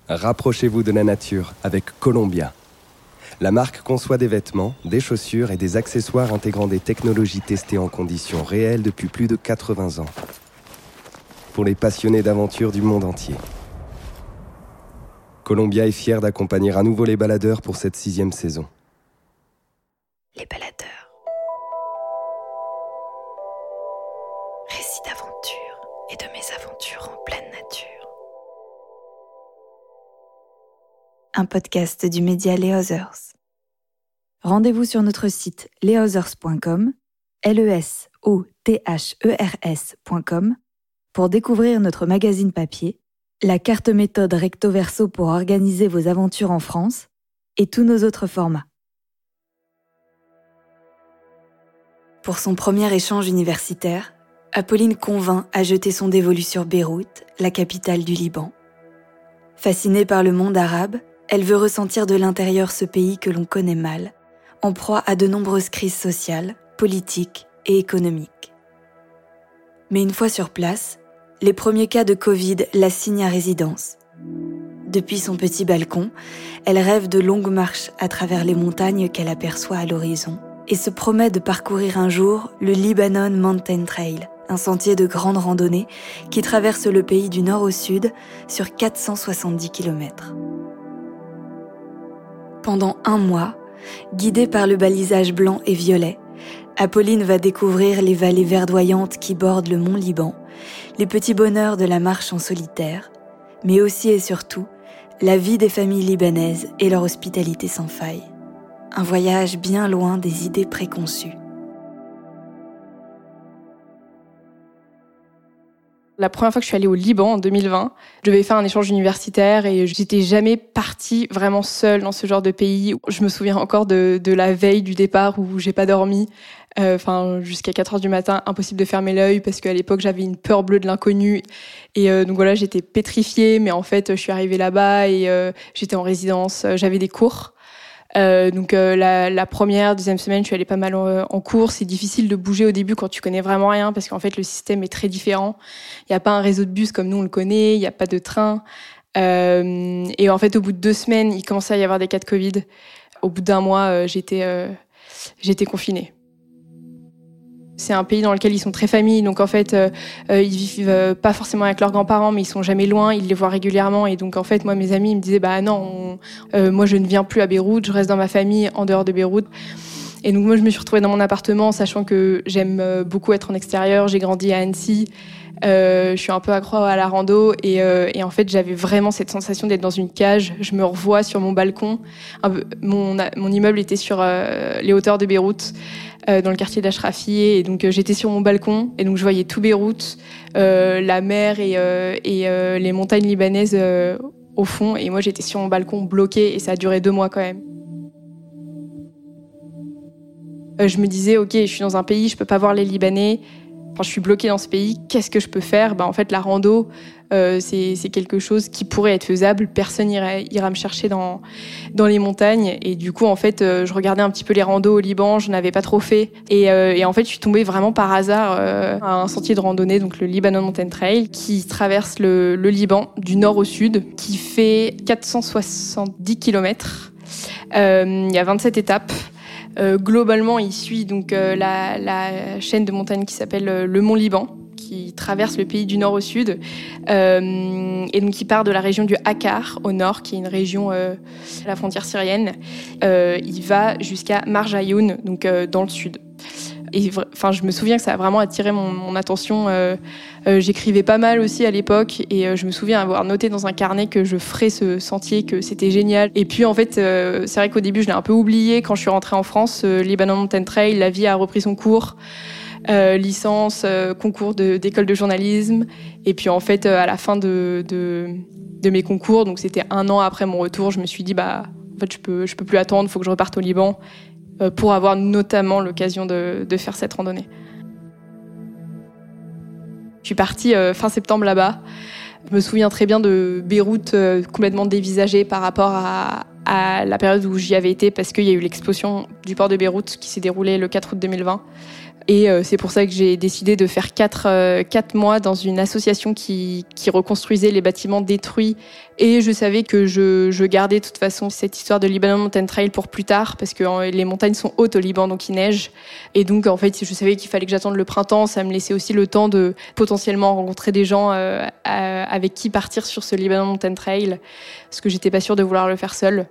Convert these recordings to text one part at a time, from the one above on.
Rapprochez-vous de la nature avec Columbia. La marque conçoit des vêtements, des chaussures et des accessoires intégrant des technologies testées en conditions réelles depuis plus de 80 ans. Pour les passionnés d'aventure du monde entier. Columbia est fière d'accompagner à nouveau les baladeurs pour cette 6e saison. Les baladeurs. Récits d'aventure et de mésaventures en pleine nature. Un podcast du média Les Others. Rendez-vous sur notre site lesothers.com, lesothers.com, pour découvrir notre magazine papier, la carte méthode recto verso pour organiser vos aventures en France et tous nos autres formats. Pour son premier échange universitaire, Apolline convainc à jeter son dévolu sur Beyrouth, la capitale du Liban. Fascinée par le monde arabe, elle veut ressentir de l'intérieur ce pays que l'on connaît mal, en proie à de nombreuses crises sociales, politiques et économiques. Mais une fois sur place, les premiers cas de Covid l'assignent à résidence. Depuis son petit balcon, elle rêve de longues marches à travers les montagnes qu'elle aperçoit à l'horizon et se promet de parcourir un jour le Lebanon Mountain Trail, un sentier de grande randonnée qui traverse le pays du nord au sud sur 470 km. Pendant 1 mois, guidée par le balisage blanc et violet, Apolline va découvrir les vallées verdoyantes qui bordent le mont Liban, les petits bonheurs de la marche en solitaire, mais aussi et surtout la vie des familles libanaises et leur hospitalité sans faille. Un voyage bien loin des idées préconçues. La première fois que je suis allée au Liban, en 2020, je devais faire un échange universitaire et j'étais jamais partie vraiment seule dans ce genre de pays. Je me souviens encore de la veille du départ où j'ai pas dormi. Jusqu'à 4h du matin, impossible de fermer l'œil parce qu'à l'époque, j'avais une peur bleue de l'inconnu. Et donc voilà, j'étais pétrifiée, mais en fait, je suis arrivée là-bas et j'étais en résidence, j'avais des cours. La première, deuxième semaine, je suis allée pas mal en cours. C'est difficile de bouger au début quand tu connais vraiment rien parce qu'en fait, le système est très différent. Il n'y a pas un réseau de bus comme nous, on le connaît. Il n'y a pas de train. Et en fait, au bout de 2 semaines, il commençait à y avoir des cas de Covid. Au bout d'1 mois, j'étais confinée. C'est un pays dans lequel ils sont très familles, donc en fait, ils vivent pas forcément avec leurs grands-parents, mais ils sont jamais loin, ils les voient régulièrement. Et donc en fait, moi, mes amis, ils me disaient, moi, je ne viens plus à Beyrouth, je reste dans ma famille en dehors de Beyrouth. Et donc moi, je me suis retrouvée dans mon appartement, sachant que j'aime beaucoup être en extérieur. J'ai grandi à Annecy, je suis un peu accro à la rando, et en fait, j'avais vraiment cette sensation d'être dans une cage. Je me revois sur mon balcon. Mon immeuble était sur les hauteurs de Beyrouth. Dans le quartier d'Achrafieh, et donc j'étais sur mon balcon et donc je voyais tout Beyrouth, la mer et les montagnes libanaises au fond, et moi j'étais sur mon balcon bloquée et ça a duré 2 mois quand même. Je me disais ok, je suis dans un pays, je peux pas voir les Libanais, je suis bloquée dans ce pays, qu'est-ce que je peux faire ? En fait la rando c'est quelque chose qui pourrait être faisable, personne ira me chercher dans les montagnes, et du coup en fait je regardais un petit peu les randos au Liban, je n'avais pas trop fait, et en fait je suis tombée vraiment par hasard à un sentier de randonnée, donc le Lebanon Mountain Trail, qui traverse le Liban du nord au sud, qui fait 470 km. Il y a 27 étapes. Globalement, il suit donc la chaîne de montagnes qui s'appelle le Mont Liban, qui traverse le pays du nord au sud, et donc qui part de la région du Akkar au nord, qui est une région à la frontière syrienne. Il va jusqu'à Marjayoun, donc dans le sud. Et je me souviens que ça a vraiment attiré mon attention. J'écrivais pas mal aussi à l'époque, et je me souviens avoir noté dans un carnet que je ferais ce sentier, que c'était génial. Et puis en fait, c'est vrai qu'au début, je l'ai un peu oublié. Quand je suis rentrée en France, Lebanon Mountain Trail, la vie a repris son cours. Licence, concours d'école de journalisme. Et puis en fait, à la fin de mes concours, donc c'était 1 an après mon retour, je me suis dit en fait, je peux plus attendre, faut que je reparte au Liban pour avoir notamment l'occasion de faire cette randonnée. Je suis partie fin septembre là-bas. Je me souviens très bien de Beyrouth complètement dévisagée par rapport à la période où j'y avais été, parce qu'il y a eu l'explosion du port de Beyrouth qui s'est déroulée le 4 août 2020. Et c'est pour ça que j'ai décidé de faire 4 mois dans une association qui reconstruisait les bâtiments détruits. Et je savais que je gardais de toute façon cette histoire de Lebanon Mountain Trail pour plus tard, parce que les montagnes sont hautes au Liban, donc il neige. Et donc, en fait, je savais qu'il fallait que j'attende le printemps. Ça me laissait aussi le temps de potentiellement rencontrer des gens avec qui partir sur ce Lebanon Mountain Trail, parce que j'étais pas sûre de vouloir le faire seule.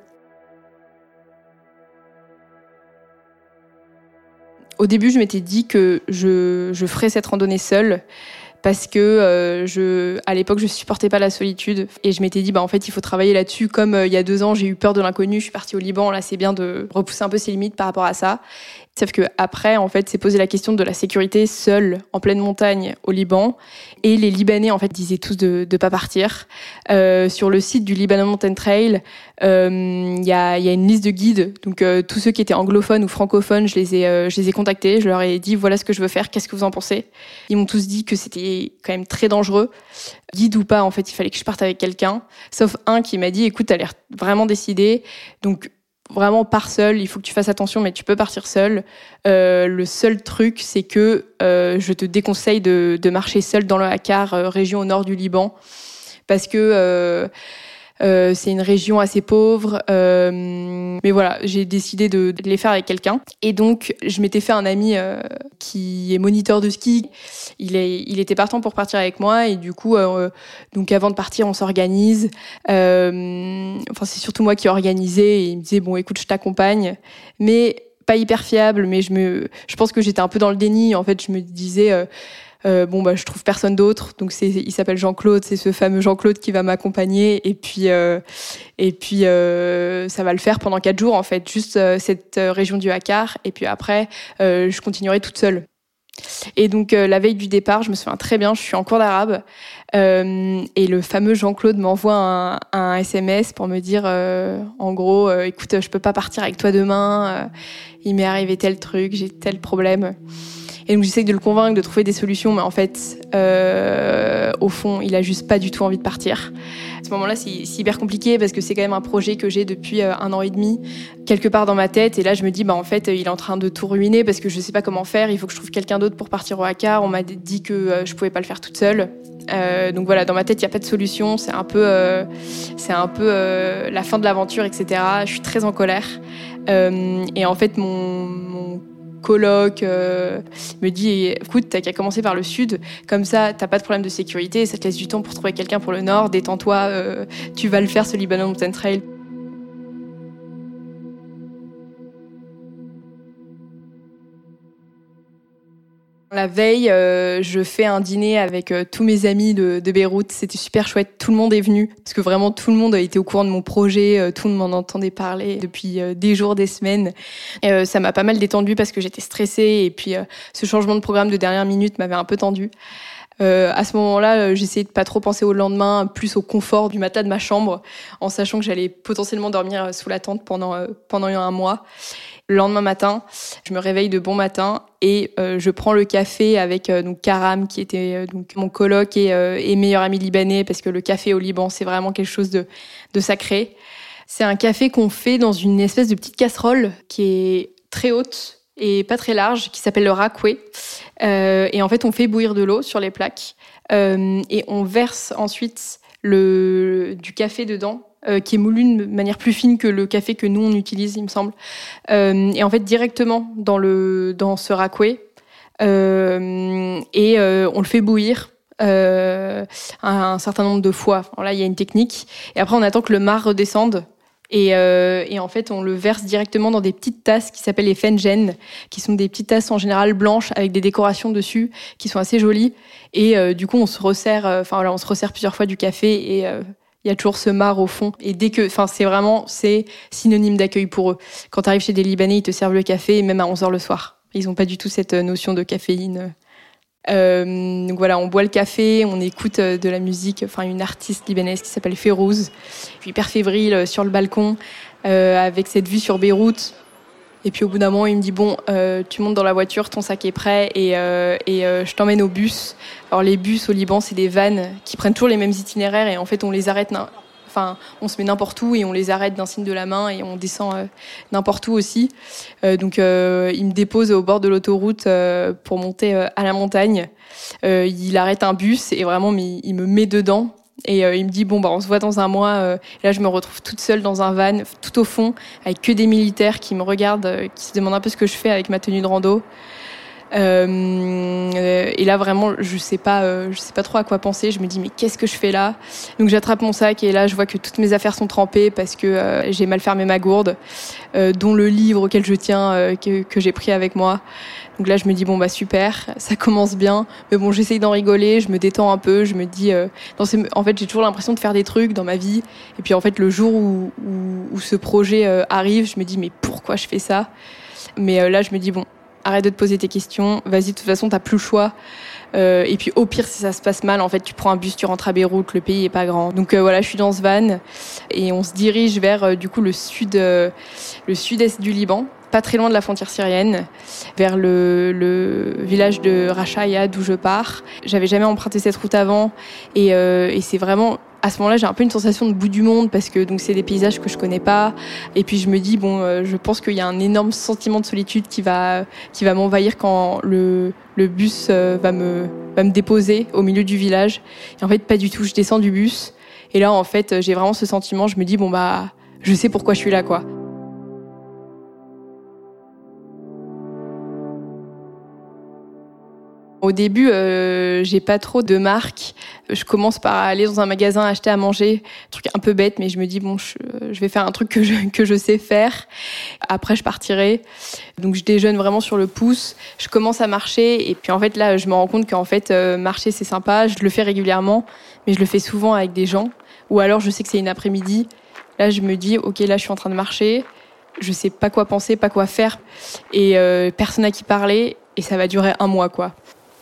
Au début, je m'étais dit que je ferais cette randonnée seule parce que à l'époque, je supportais pas la solitude et je m'étais dit, en fait, il faut travailler là-dessus. Comme il y a 2 ans, j'ai eu peur de l'inconnu, je suis partie au Liban. Là, c'est bien de repousser un peu ses limites par rapport à ça. Sauf que après, en fait, c'est posé la question de la sécurité seule en pleine montagne au Liban. Et les Libanais, en fait, disaient tous de pas partir. Sur le site du Lebanon Mountain Trail, il y a une liste de guides. Donc tous ceux qui étaient anglophones ou francophones, je les ai contactés. Je leur ai dit voilà ce que je veux faire. Qu'est-ce que vous en pensez ? Ils m'ont tous dit que c'était quand même très dangereux. Guide ou pas, en fait, il fallait que je parte avec quelqu'un. Sauf un qui m'a dit écoute, t'as l'air vraiment décidé. Donc vraiment pars seul, il faut que tu fasses attention, mais tu peux partir seul. Le seul truc, c'est que je te déconseille de marcher seul dans le Hakkar, région au nord du Liban, parce que c'est une région assez pauvre. Mais voilà, j'ai décidé de les faire avec quelqu'un. Et donc, je m'étais fait un ami qui est moniteur de ski. Il était partant pour partir avec moi. Et du coup, donc avant de partir, on s'organise. C'est surtout moi qui organisais. Et il me disait, bon, écoute, je t'accompagne. Mais pas hyper fiable. Mais je pense que j'étais un peu dans le déni. En fait, je me disais... je trouve personne d'autre, donc il s'appelle Jean-Claude, c'est ce fameux Jean-Claude qui va m'accompagner et puis ça va le faire pendant 4 jours en fait, juste cette région du Hakkar, et puis après je continuerai toute seule. Et donc la veille du départ, je me souviens très bien, je suis en cours d'arabe et le fameux Jean-Claude m'envoie un SMS pour me dire en gros écoute, je peux pas partir avec toi demain, il m'est arrivé tel truc, j'ai tel problème. Et donc j'essaie de le convaincre, de trouver des solutions, mais en fait, au fond, il a juste pas du tout envie de partir. À ce moment-là, c'est hyper compliqué parce que c'est quand même un projet que j'ai depuis 1 an et demi, quelque part dans ma tête. Et là, je me dis, en fait, il est en train de tout ruiner parce que je sais pas comment faire. Il faut que je trouve quelqu'un d'autre pour partir au Hakkar. On m'a dit que je pouvais pas le faire toute seule. Donc voilà, dans ma tête, il y a pas de solution. C'est un peu la fin de l'aventure, etc. Je suis très en colère. Et en fait, mon coloc me dit écoute, t'as qu'à commencer par le sud, comme ça t'as pas de problème de sécurité, ça te laisse du temps pour trouver quelqu'un pour le nord, détends-toi, tu vas le faire ce Lebanon Mountain Trail. La veille, je fais un dîner avec tous mes amis de Beyrouth. C'était super chouette. Tout le monde est venu parce que vraiment tout le monde a été au courant de mon projet. Tout le monde en entendait parler depuis des jours, des semaines. Ça m'a pas mal détendue parce que j'étais stressée et puis ce changement de programme de dernière minute m'avait un peu tendue. À ce moment-là, j'essayais de pas trop penser au lendemain, plus au confort du matelas de ma chambre, en sachant que j'allais potentiellement dormir sous la tente pendant 1 mois. Le lendemain matin, je me réveille de bon matin et je prends le café avec donc Karam, qui était donc mon coloc et meilleur ami libanais, parce que le café au Liban, c'est vraiment quelque chose de sacré. C'est un café qu'on fait dans une espèce de petite casserole qui est très haute et pas très large, qui s'appelle le rakoué. Et en fait, on fait bouillir de l'eau sur les plaques et on verse ensuite du café dedans, qui est moulu de manière plus fine que le café que nous on utilise, il me semble. Et en fait, directement dans ce rakoué, on le fait bouillir un certain nombre de fois. Alors là, il y a une technique. Et après, on attend que le marc redescende. Et en fait, on le verse directement dans des petites tasses qui s'appellent les fenjen, qui sont des petites tasses en général blanches avec des décorations dessus, qui sont assez jolies. Et du coup, on se resserre plusieurs fois du café et il y a toujours ce marc au fond. Et c'est synonyme d'accueil pour eux. Quand tu arrives chez des Libanais, ils te servent le café, même à 11h le soir. Ils n'ont pas du tout cette notion de caféine. Donc voilà, on boit le café, on écoute de la musique, une artiste libanaise qui s'appelle Férouz. Puis hyper fébrile sur le balcon, avec cette vue sur Beyrouth. Et puis au bout d'un moment, il me dit bon, tu montes dans la voiture, ton sac est prêt et je t'emmène au bus. Alors les bus au Liban, c'est des vannes qui prennent toujours les mêmes itinéraires et en fait on les arrête Enfin, on se met n'importe où et on les arrête d'un signe de la main et on descend n'importe où aussi. Donc, il me dépose au bord de l'autoroute pour monter à la montagne. Il arrête un bus et vraiment, il me met dedans. Et il me dit bon on se voit dans un mois. Et là je me retrouve toute seule dans un van tout au fond avec que des militaires qui me regardent, qui se demandent un peu ce que je fais avec ma tenue de rando. Et là vraiment je sais pas trop à quoi penser. Je me dis mais qu'est-ce que je fais là? Donc j'attrape mon sac et là je vois que toutes mes affaires sont trempées parce que j'ai mal fermé ma gourde, dont le livre auquel je tiens que j'ai pris avec moi. Donc là je me dis bon super, ça commence bien, mais bon j'essaye d'en rigoler, je me détends un peu, je me dis en fait j'ai toujours l'impression de faire des trucs dans ma vie et puis en fait le jour où ce projet arrive, je me dis mais pourquoi je fais ça? Mais là je me dis bon arrête de te poser tes questions, vas-y de toute façon t'as plus le choix. Et puis au pire si ça se passe mal en fait tu prends un bus, tu rentres à Beyrouth, le pays est pas grand. Donc voilà, je suis dans ce van et on se dirige vers du coup le sud-est du Liban, pas très loin de la frontière syrienne, vers le village de Rachaya d'où je pars. J'avais jamais emprunté cette route avant et c'est vraiment à ce moment-là, j'ai un peu une sensation de bout du monde parce que donc c'est des paysages que je connais pas et puis je me dis je pense qu'il y a un énorme sentiment de solitude qui va m'envahir quand le bus va me déposer au milieu du village. Et en fait pas du tout, je descends du bus et là en fait, j'ai vraiment ce sentiment, je me dis je sais pourquoi je suis là quoi. Au début, j'ai pas trop de marques. Je commence par aller dans un magasin acheter à manger, truc un peu bête, mais je me dis je vais faire un truc que je sais faire. Après, je partirai. Donc, je déjeune vraiment sur le pouce. Je commence à marcher et puis en fait là, je me rends compte qu'en fait marcher c'est sympa. Je le fais régulièrement, mais je le fais souvent avec des gens. Ou alors, je sais que c'est une après-midi. Là, je me dis ok, là, je suis en train de marcher. Je sais pas quoi penser, pas quoi faire, et personne à qui parler. Et ça va durer 1 mois quoi.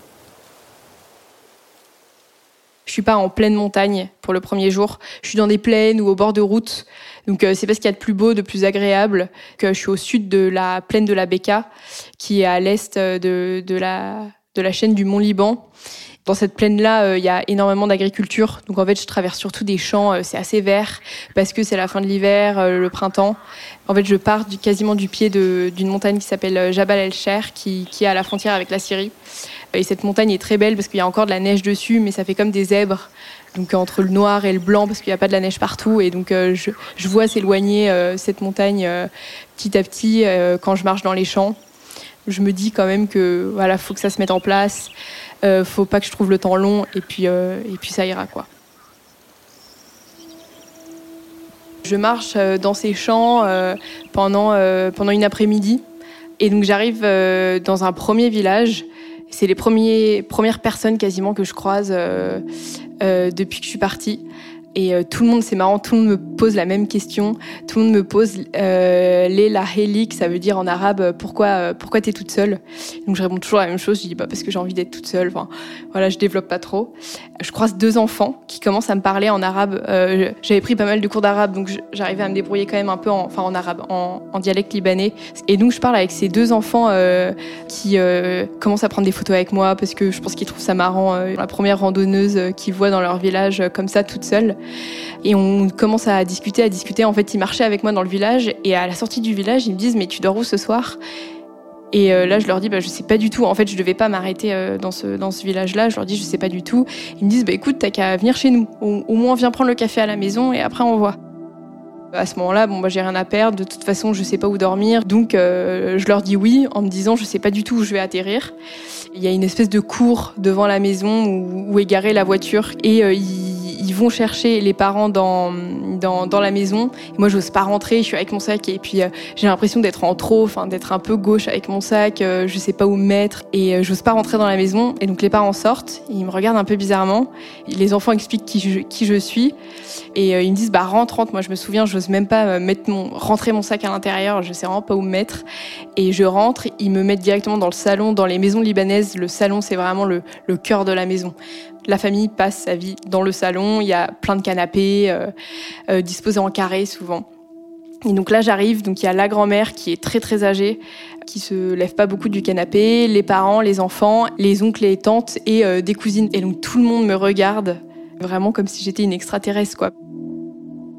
Je suis pas en pleine montagne pour le premier jour. Je suis dans des plaines ou au bord de route. Donc c'est pas ce qu'il y a de plus beau, de plus agréable. Que je suis au sud de la plaine de la Bekaa, qui est à l'est de la chaîne du Mont Liban. Dans cette plaine-là, il y a énormément d'agriculture. Donc en fait, je traverse surtout des champs. C'est assez vert parce que c'est la fin de l'hiver, le printemps. En fait, je pars quasiment du pied d'une montagne qui s'appelle Jabal el-Sher, qui est à la frontière avec la Syrie. Et cette montagne est très belle parce qu'il y a encore de la neige dessus, mais ça fait comme des zèbres. Donc entre le noir et le blanc, parce qu'il n'y a pas de la neige partout. Et donc je vois s'éloigner cette montagne petit à petit quand je marche dans les champs. Je me dis quand même que voilà, faut que ça se mette en place. Faut pas que je trouve le temps long et puis ça ira quoi. Je marche dans ces champs pendant une après-midi et donc j'arrive dans un premier village. C'est les premières personnes quasiment que je croise depuis que je suis partie. Et tout le monde, c'est marrant, tout le monde me pose la même question. Tout le monde me pose la hélik, ça veut dire en arabe pourquoi t'es toute seule. Donc je réponds toujours la même chose, je dis parce que j'ai envie d'être toute seule. Enfin voilà, je développe pas trop. Je croise 2 enfants qui commencent à me parler en arabe. J'avais pris pas mal de cours d'arabe, donc j'arrivais à me débrouiller quand même un peu en arabe, en dialecte libanais. Et donc je parle avec ces 2 enfants qui commencent à prendre des photos avec moi parce que je pense qu'ils trouvent ça marrant. La première randonneuse qu'ils voient dans leur village comme ça toute seule. Et on commence à discuter. En fait, ils marchaient avec moi dans le village et à la sortie du village, ils me disent « Mais tu dors où ce soir ?» Et là, je leur dis je sais pas du tout. En fait, je devais pas m'arrêter dans ce village-là. Je leur dis « Je sais pas du tout. » Ils me disent « Écoute, t'as qu'à venir chez nous. Au moins, viens prendre le café à la maison et après, on voit. » À ce moment-là, j'ai rien à perdre. De toute façon, je sais pas où dormir. Donc, je leur dis oui en me disant je sais pas du tout où je vais atterrir. Il y a une espèce de cour devant la maison où est garée la voiture et ils vont chercher les parents dans la maison. Et moi, j'ose pas rentrer. Je suis avec mon sac et puis j'ai l'impression d'être d'être un peu gauche avec mon sac. Je sais pas où me mettre et j'ose pas rentrer dans la maison. Et donc les parents sortent. Ils me regardent un peu bizarrement. Les enfants expliquent qui je suis et ils me disent rentre. Moi, je me souviens, j'ose même pas rentrer mon sac à l'intérieur. Je sais vraiment pas où me mettre. Et je rentre. Ils me mettent directement dans le salon. Dans les maisons libanaises, le salon, c'est vraiment le cœur de la maison. La famille passe sa vie dans le salon. Il y a plein de canapés disposés en carré souvent. Et donc là, j'arrive. Donc il y a la grand-mère qui est très très âgée, qui se lève pas beaucoup du canapé, les parents, les enfants, les oncles et les tantes et des cousines. Et donc tout le monde me regarde vraiment comme si j'étais une extraterrestre, quoi.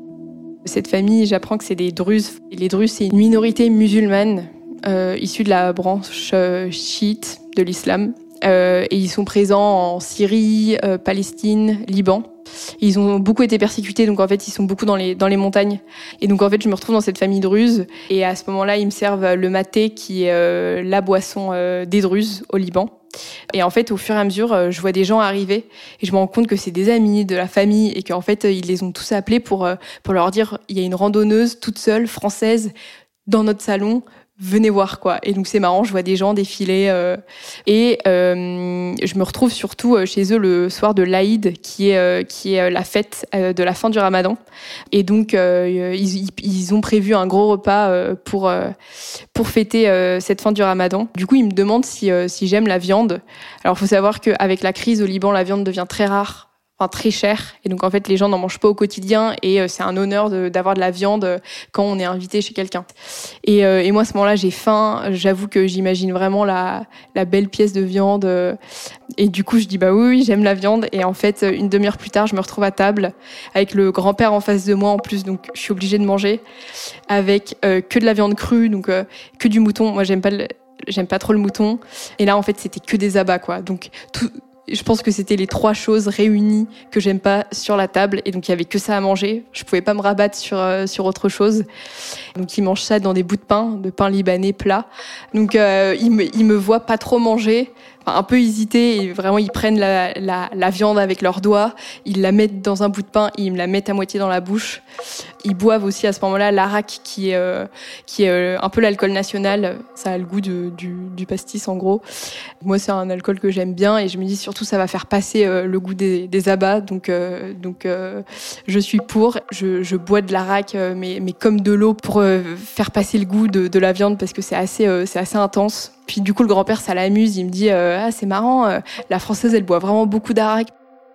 Cette famille, j'apprends que c'est des Druzes. Et les Druzes, c'est une minorité musulmane issue de la branche chiite de l'islam. Et ils sont présents en Syrie, Palestine, Liban. Ils ont beaucoup été persécutés, donc en fait, ils sont beaucoup dans les montagnes. Et donc en fait, je me retrouve dans cette famille Druze. Et à ce moment-là, ils me servent le maté, qui est la boisson des Druzes au Liban. Et en fait, au fur et à mesure, je vois des gens arriver et je me rends compte que c'est des amis, de la famille, et qu'en fait, ils les ont tous appelés pour leur dire il y a une randonneuse toute seule, française, dans notre salon. Venez voir, quoi. Et donc c'est marrant, je vois des gens défiler et je me retrouve surtout chez eux le soir de l'Aïd, qui est la fête de la fin du Ramadan. Et donc ils ont prévu un gros repas pour fêter cette fin du Ramadan. Du coup, ils me demandent si j'aime la viande. Alors faut savoir qu'avec la crise au Liban, la viande devient très rare. Enfin, très cher, et donc en fait les gens n'en mangent pas au quotidien, et c'est un honneur d'avoir de la viande quand on est invité chez quelqu'un. Et moi à ce moment-là j'ai faim, j'avoue que j'imagine vraiment la belle pièce de viande, et du coup je dis bah oui j'aime la viande, et en fait une demi-heure plus tard je me retrouve à table avec le grand-père en face de moi en plus, donc je suis obligée de manger avec que de la viande crue, donc que du mouton. Moi j'aime pas trop le mouton, et là en fait c'était que des abats, quoi. Donc je pense que c'était les 3 choses réunies que j'aime pas sur la table, et donc il y avait que ça à manger. Je pouvais pas me rabattre sur autre chose. Donc ils mangent ça dans des bouts de pain libanais plat. Donc ils me voient pas trop manger, enfin, un peu hésiter, et vraiment ils prennent la viande avec leurs doigts, ils la mettent dans un bout de pain, et ils me la mettent à moitié dans la bouche. Ils boivent aussi à ce moment-là l'arak, qui est un peu l'alcool national. Ça a le goût du pastis en gros. Moi c'est un alcool que j'aime bien, et je me dis surtout ça va faire passer le goût des abats, donc je suis pour. Je bois de l'arak, mais comme de l'eau, pour faire passer le goût de la viande, parce que c'est assez intense. Puis du coup le grand-père ça l'amuse, il me dit ah c'est marrant, la française elle boit vraiment beaucoup d'arak.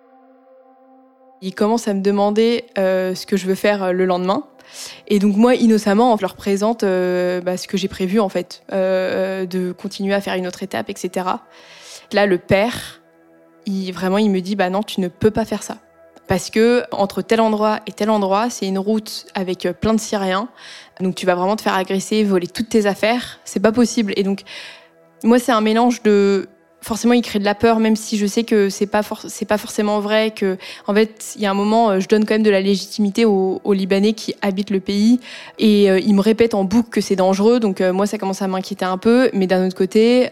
Il commence à me demander ce que je veux faire le lendemain. Et donc moi, innocemment, je leur présente ce que j'ai prévu, en fait, de continuer à faire une autre étape, etc. Là, le père, il me dit non, tu ne peux pas faire ça. Parce que entre tel endroit et tel endroit, c'est une route avec plein de Syriens. Donc tu vas vraiment te faire agresser, voler toutes tes affaires. C'est pas possible. Et donc, moi, c'est un mélange de... Forcément, il crée de la peur, même si je sais que c'est pas forcément vrai, que, en fait, il y a un moment, je donne quand même de la légitimité aux Libanais qui habitent le pays, et ils me répètent en boucle que c'est dangereux, donc moi, ça commence à m'inquiéter un peu, mais d'un autre côté,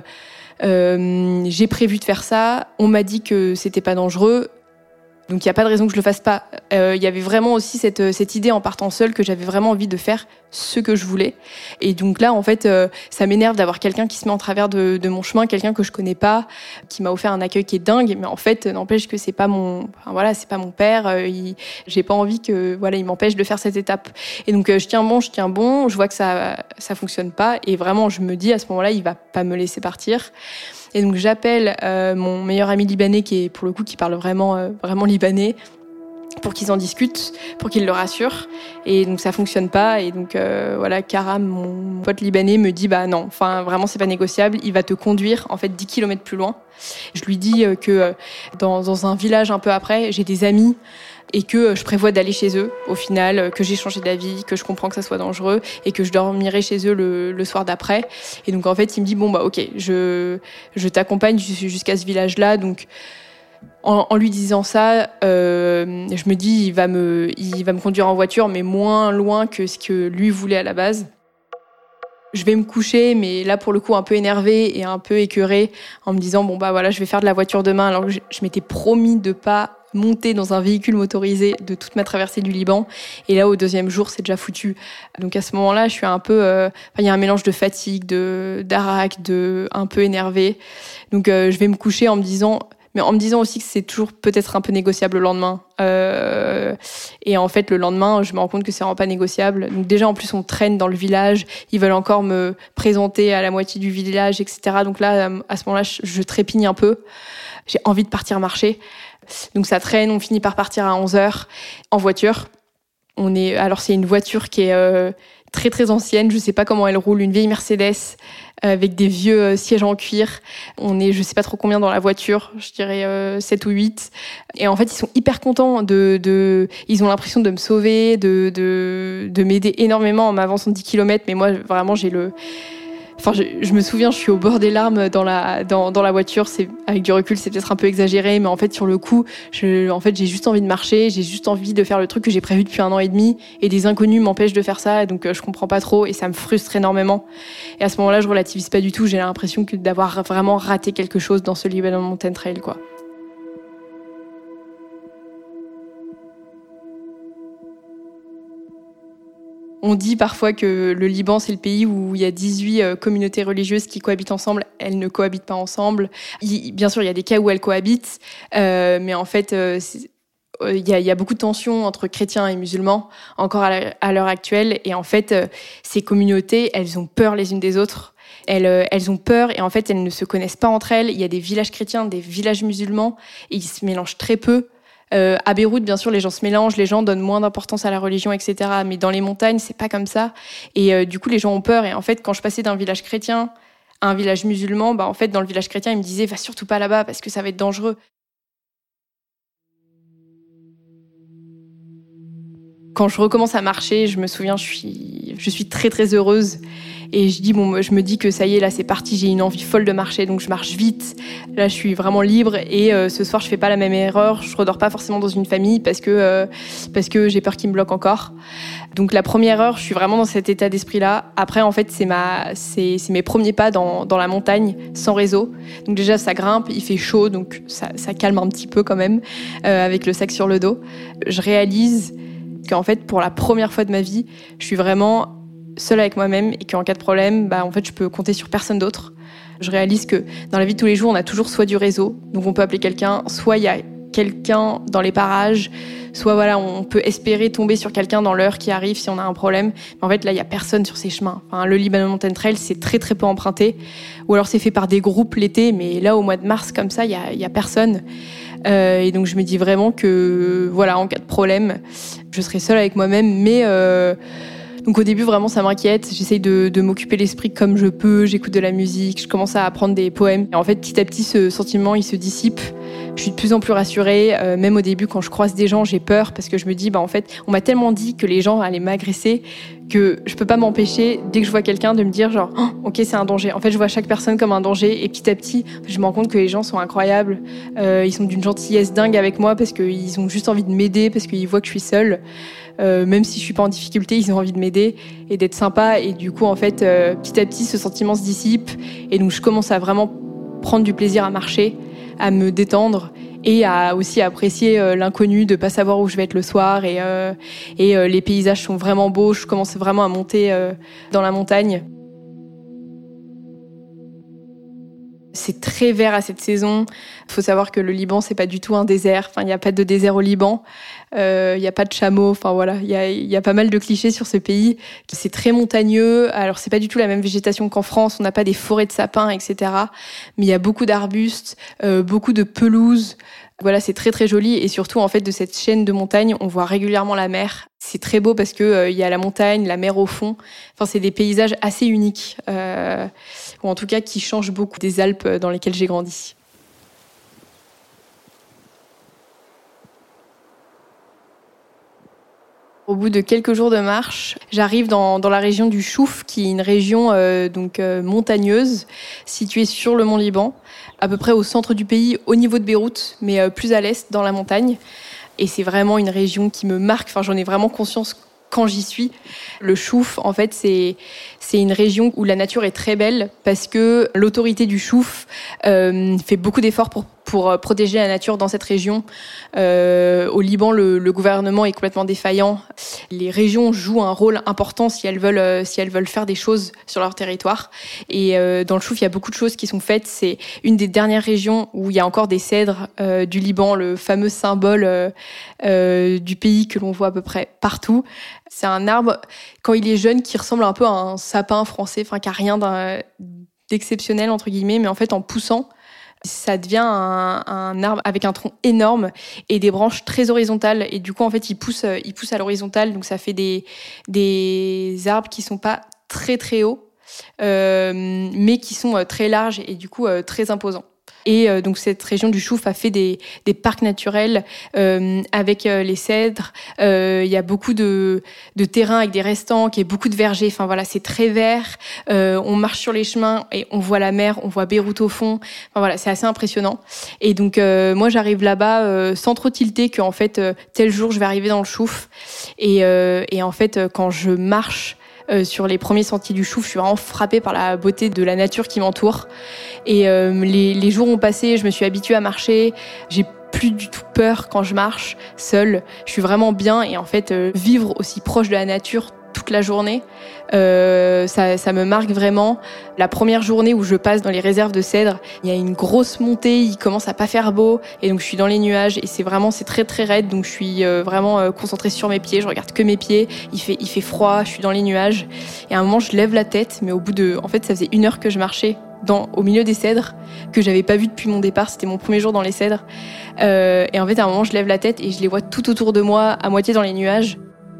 j'ai prévu de faire ça, on m'a dit que c'était pas dangereux, donc il n'y a pas de raison que je le fasse pas. Il y avait vraiment aussi cette idée en partant seule que j'avais vraiment envie de faire ce que je voulais. Et donc là, en fait, ça m'énerve d'avoir quelqu'un qui se met en travers de mon chemin, quelqu'un que je connais pas, qui m'a offert un accueil qui est dingue, mais en fait, n'empêche que c'est pas mon père. J'ai pas envie que il m'empêche de faire cette étape. Et donc je tiens bon, je vois que ça fonctionne pas, et vraiment je me dis à ce moment-là, il va pas me laisser partir. Et donc j'appelle mon meilleur ami libanais, qui parle vraiment libanais, pour qu'ils en discutent, pour qu'ils le rassurent. Et donc ça fonctionne pas. Et donc Karam, mon pote libanais, me dit non, enfin vraiment c'est pas négociable. Il va te conduire en fait 10 km plus loin. Je lui dis que dans un village un peu après, j'ai des amis, et que je prévois d'aller chez eux au final, que j'ai changé d'avis, que je comprends que ça soit dangereux, et que je dormirai chez eux le soir d'après. Et donc en fait il me dit ok, je t'accompagne jusqu'à ce village-là. Donc en lui disant ça, je me dis il va me conduire en voiture, mais moins loin que ce que lui voulait à la base. Je vais me coucher, mais là pour le coup un peu énervée et un peu écœurée, en me disant je vais faire de la voiture demain, alors que je m'étais promis de pas monter dans un véhicule motorisé de toute ma traversée du Liban. Et là, au 2e jour, c'est déjà foutu. Donc à ce moment-là, je suis un peu... il y a un mélange de fatigue, d'arak, un peu énervée. Donc je vais me coucher en me disant aussi que c'est toujours peut-être un peu négociable le lendemain. Et en fait, le lendemain, je me rends compte que c'est vraiment pas négociable. Donc déjà, en plus, on traîne dans le village. Ils veulent encore me présenter à la moitié du village, etc. Donc là, à ce moment-là, je trépigne un peu. J'ai envie de partir marcher. Donc ça traîne, on finit par partir à 11h en voiture. Alors c'est une voiture qui est très très ancienne, je sais pas comment elle roule, une vieille Mercedes avec des vieux sièges en cuir. On est je sais pas trop combien dans la voiture, je dirais 7 ou 8. Et en fait, ils sont hyper contents ils ont l'impression de me sauver, de m'aider énormément en m'avançant de 10 km, mais moi vraiment je me souviens, je suis au bord des larmes dans la voiture. Avec du recul, c'est peut-être un peu exagéré, mais en fait, sur le coup, j'ai juste envie de marcher, j'ai juste envie de faire le truc que j'ai prévu depuis 1 an et demi, et des inconnus m'empêchent de faire ça, donc je comprends pas trop, et ça me frustre énormément. Et à ce moment-là, je relativise pas du tout, j'ai l'impression d'avoir vraiment raté quelque chose dans ce Lebanon Mountain Trail, quoi. On dit parfois que le Liban, c'est le pays où il y a 18 communautés religieuses qui cohabitent ensemble. Elles ne cohabitent pas ensemble. Bien sûr, il y a des cas où elles cohabitent, mais en fait, il y a beaucoup de tensions entre chrétiens et musulmans, encore à l'heure actuelle. Et en fait, ces communautés, elles ont peur les unes des autres. Elles ont peur et en fait, elles ne se connaissent pas entre elles. Il y a des villages chrétiens, des villages musulmans, et ils se mélangent très peu. À Beyrouth, bien sûr, les gens se mélangent, les gens donnent moins d'importance à la religion, etc. Mais dans les montagnes, c'est pas comme ça. Et du coup, les gens ont peur. Et en fait, quand je passais d'un village chrétien à un village musulman, en fait, dans le village chrétien, ils me disaient « Va surtout pas là-bas parce que ça va être dangereux ». Quand je recommence à marcher, je me souviens, je suis très très heureuse. Et je me dis que ça y est, là c'est parti, j'ai une envie folle de marcher, donc je marche vite. Là je suis vraiment libre et ce soir je fais pas la même erreur, je redors pas forcément dans une famille parce que j'ai peur qu'ils me bloquent encore. Donc la première heure, je suis vraiment dans cet état d'esprit-là. Après en fait c'est mes premiers pas dans la montagne sans réseau. Donc déjà ça grimpe, il fait chaud, donc ça calme un petit peu quand même avec le sac sur le dos. Je réalise qu'en fait pour la première fois de ma vie, je suis vraiment seule avec moi-même et qu'en cas de problème, en fait, je peux compter sur personne d'autre. Je réalise que dans la vie de tous les jours, on a toujours soit du réseau, donc on peut appeler quelqu'un, soit il y a quelqu'un dans les parages, soit voilà, on peut espérer tomber sur quelqu'un dans l'heure qui arrive si on a un problème. Mais en fait, là, il y a personne sur ces chemins. Enfin, le Lebanon Mountain Trail, c'est très très peu emprunté, ou alors c'est fait par des groupes l'été, mais là, au mois de mars, comme ça, il y a personne. Et donc, je me dis vraiment que, voilà, en cas de problème, je serai seule avec moi-même, mais donc au début, vraiment, ça m'inquiète. J'essaye de m'occuper l'esprit comme je peux. J'écoute de la musique, je commence à apprendre des poèmes. Et en fait, petit à petit, ce sentiment, il se dissipe. Je suis de plus en plus rassurée. Même au début, quand je croise des gens, j'ai peur parce que je me dis, en fait, on m'a tellement dit que les gens allaient m'agresser que je peux pas m'empêcher, dès que je vois quelqu'un, de me dire genre, oh, ok, c'est un danger. En fait, je vois chaque personne comme un danger. Et petit à petit, je me rends compte que les gens sont incroyables. Ils sont d'une gentillesse dingue avec moi parce qu'ils ont juste envie de m'aider, parce qu'ils voient que je suis seule. Même si je suis pas en difficulté, ils ont envie de m'aider et d'être sympa. Et du coup, en fait, petit à petit, ce sentiment se dissipe. Et donc, je commence à vraiment prendre du plaisir à marcher, à me détendre et à aussi apprécier l'inconnu, de pas savoir où je vais être le soir. Et les paysages sont vraiment beaux. Je commence vraiment à monter dans la montagne. C'est très vert à cette saison. Il faut savoir que le Liban, c'est pas du tout un désert. Enfin, il n'y a pas de désert au Liban. Il n'y a pas de chameaux. Enfin, voilà. Il y a pas mal de clichés sur ce pays. C'est très montagneux. Alors, c'est pas du tout la même végétation qu'en France. On n'a pas des forêts de sapins, etc. Mais il y a beaucoup d'arbustes, beaucoup de pelouses. Voilà, c'est très, très joli. Et surtout, en fait, de cette chaîne de montagnes, on voit régulièrement la mer. C'est très beau parce que il y a la montagne, la mer au fond. Enfin, c'est des paysages assez uniques. Ou en tout cas qui changent beaucoup des Alpes dans lesquelles j'ai grandi. Au bout de quelques jours de marche, j'arrive dans la région du Chouf, qui est une région montagneuse, située sur le mont Liban, à peu près au centre du pays, au niveau de Beyrouth, mais plus à l'est, dans la montagne. Et c'est vraiment une région qui me marque. Enfin, j'en ai vraiment conscience quand j'y suis. Le Chouf, en fait, c'est une région où la nature est très belle parce que l'autorité du Chouf fait beaucoup d'efforts pour protéger la nature dans cette région. Au Liban, le gouvernement est complètement défaillant. Les régions jouent un rôle important si elles veulent faire des choses sur leur territoire. Et dans le Chouf, il y a beaucoup de choses qui sont faites. C'est une des dernières régions où il y a encore des cèdres du Liban, le fameux symbole du pays que l'on voit à peu près partout. C'est un arbre, quand il est jeune, qui ressemble un peu à un sapin français, enfin qui a rien d'exceptionnel entre guillemets, mais en fait en poussant, Ça devient un arbre avec un tronc énorme et des branches très horizontales. Et du coup, en fait, il pousse à l'horizontale. Donc, ça fait des arbres qui sont pas très, très hauts, mais qui sont très larges et du coup, très imposants. Et donc cette région du Chouf a fait des parcs naturels avec les cèdres. Il y a beaucoup de terrains avec des restants, qui est beaucoup de vergers. Enfin voilà, c'est très vert. On marche sur les chemins et on voit la mer, on voit Beyrouth au fond. Enfin voilà, c'est assez impressionnant. Et donc moi j'arrive là-bas sans trop tilter qu'en fait tel jour je vais arriver dans le Chouf. Et en fait quand je marche sur les premiers sentiers du Chouf, je suis vraiment frappée par la beauté de la nature qui m'entoure. Et les jours ont passé, je me suis habituée à marcher. J'ai plus du tout peur quand je marche seule. Je suis vraiment bien. Et en fait, vivre aussi proche de la nature toute la journée, ça me marque vraiment. La première journée où je passe dans les réserves de cèdres, il y a une grosse montée, il commence à pas faire beau, et donc je suis dans les nuages, et c'est très très raide, donc je suis vraiment concentrée sur mes pieds, je regarde que mes pieds, il fait froid, je suis dans les nuages, et à un moment je lève la tête, mais en fait ça faisait 1 heure que je marchais au milieu des cèdres, que j'avais pas vu depuis mon départ, c'était mon premier jour dans les cèdres, et en fait à un moment je lève la tête et je les vois tout autour de moi, à moitié dans les nuages.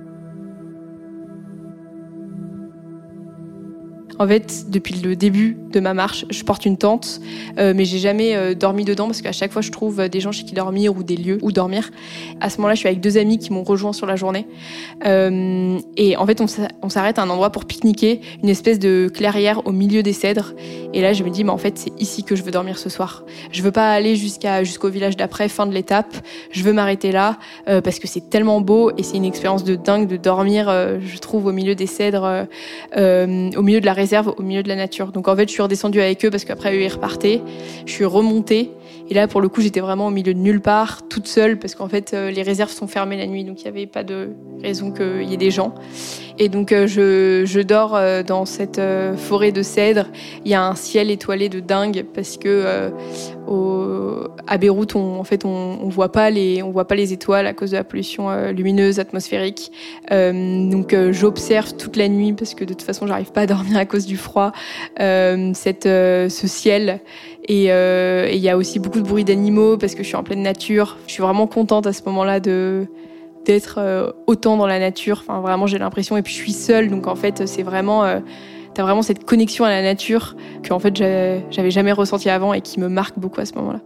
En fait, depuis le début de ma marche, je porte une tente, mais j'ai jamais dormi dedans parce qu'à chaque fois, je trouve des gens chez qui dormir ou des lieux où dormir. À ce moment-là, je suis avec 2 amis qui m'ont rejoint sur la journée. Et en fait, on s'arrête à un endroit pour pique-niquer, une espèce de clairière au milieu des cèdres. Et là, je me dis, en fait, c'est ici que je veux dormir ce soir. Je veux pas aller jusqu'au village d'après, fin de l'étape. Je veux m'arrêter là parce que c'est tellement beau et c'est une expérience de dingue de dormir, je trouve, au milieu des cèdres, au milieu de la réserve, au milieu de la nature. Donc en fait, je suis redescendue avec eux parce qu'après eux, ils repartaient. Je suis remontée et là, pour le coup, j'étais vraiment au milieu de nulle part, toute seule, parce qu'en fait, les réserves sont fermées la nuit, donc il n'y avait pas de raison qu'il y ait des gens. Et donc je dors dans cette forêt de cèdres. Il y a un ciel étoilé de dingue parce que à Beyrouth, on voit pas les étoiles à cause de la pollution lumineuse atmosphérique. Donc j'observe toute la nuit parce que de toute façon, j'arrive pas à dormir à cause du froid. Ce ciel. Et il y a aussi beaucoup de bruit d'animaux parce que je suis en pleine nature. Je suis vraiment contente à ce moment-là d'être autant dans la nature. Enfin, vraiment, j'ai l'impression. Et puis, je suis seule. Donc, en fait, c'est vraiment... t'as vraiment cette connexion à la nature que, en fait, j'avais jamais ressenti avant et qui me marque beaucoup à ce moment-là.